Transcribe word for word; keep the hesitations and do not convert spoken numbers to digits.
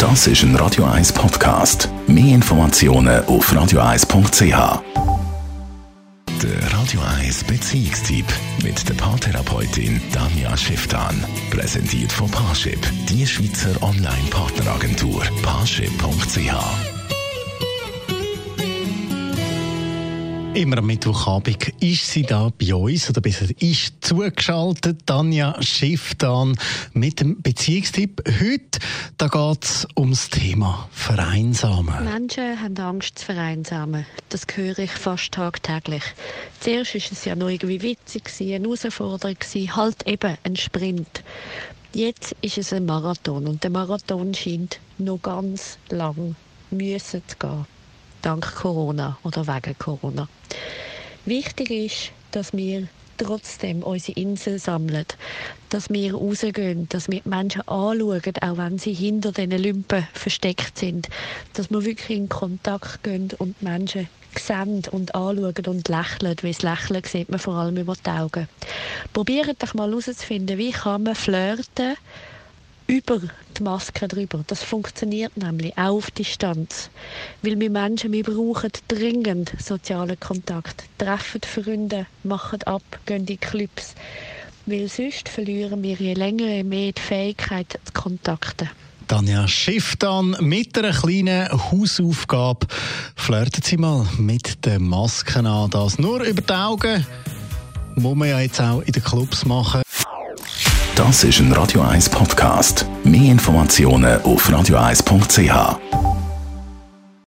Das ist ein Radio eins Podcast. Mehr Informationen auf radio eins punkt c h. Der Radio eins Beziehungstyp mit der Paartherapeutin Tanja Schifftan. Präsentiert von Parship, die Schweizer Online-Partneragentur. Parship punkt c h. Immer am Mittwochabend ist sie da bei uns, oder besser ist zugeschaltet, Tanja Schifftan mit dem Beziehungstipp. Heute da geht es um das Thema Vereinsamen. Menschen haben Angst zu vereinsamen. Das höre ich fast tagtäglich. Zuerst war es ja noch irgendwie witzig, eine Herausforderung, halt eben ein Sprint. Jetzt ist es ein Marathon und der Marathon scheint noch ganz lang müssen zu gehen. Dank Corona oder wegen Corona. Wichtig ist, dass wir trotzdem unsere Insel sammeln, dass wir rausgehen, dass wir die Menschen anschauen, auch wenn sie hinter diesen Lümpen versteckt sind, dass wir wirklich in Kontakt gehen und die Menschen sehen und anschauen und lächeln, weil das Lächeln sieht man vor allem über die Augen. Probiert doch mal herauszufinden, wie kann man flirten über die Maske drüber. Das funktioniert nämlich auch auf Distanz. Weil wir Menschen, wir brauchen dringend sozialen Kontakt. Treffen Freunde, machen ab, gehen in die Clubs. Weil sonst verlieren wir je länger, je mehr die Fähigkeit zu kontakten. Tanja Schifftan mit einer kleinen Hausaufgabe. Flirten Sie mal mit den Masken an. Das nur über die Augen. Muss man ja jetzt auch in den Clubs machen. Das ist ein Radio eins Podcast. Mehr Informationen auf radio eins punkt c h.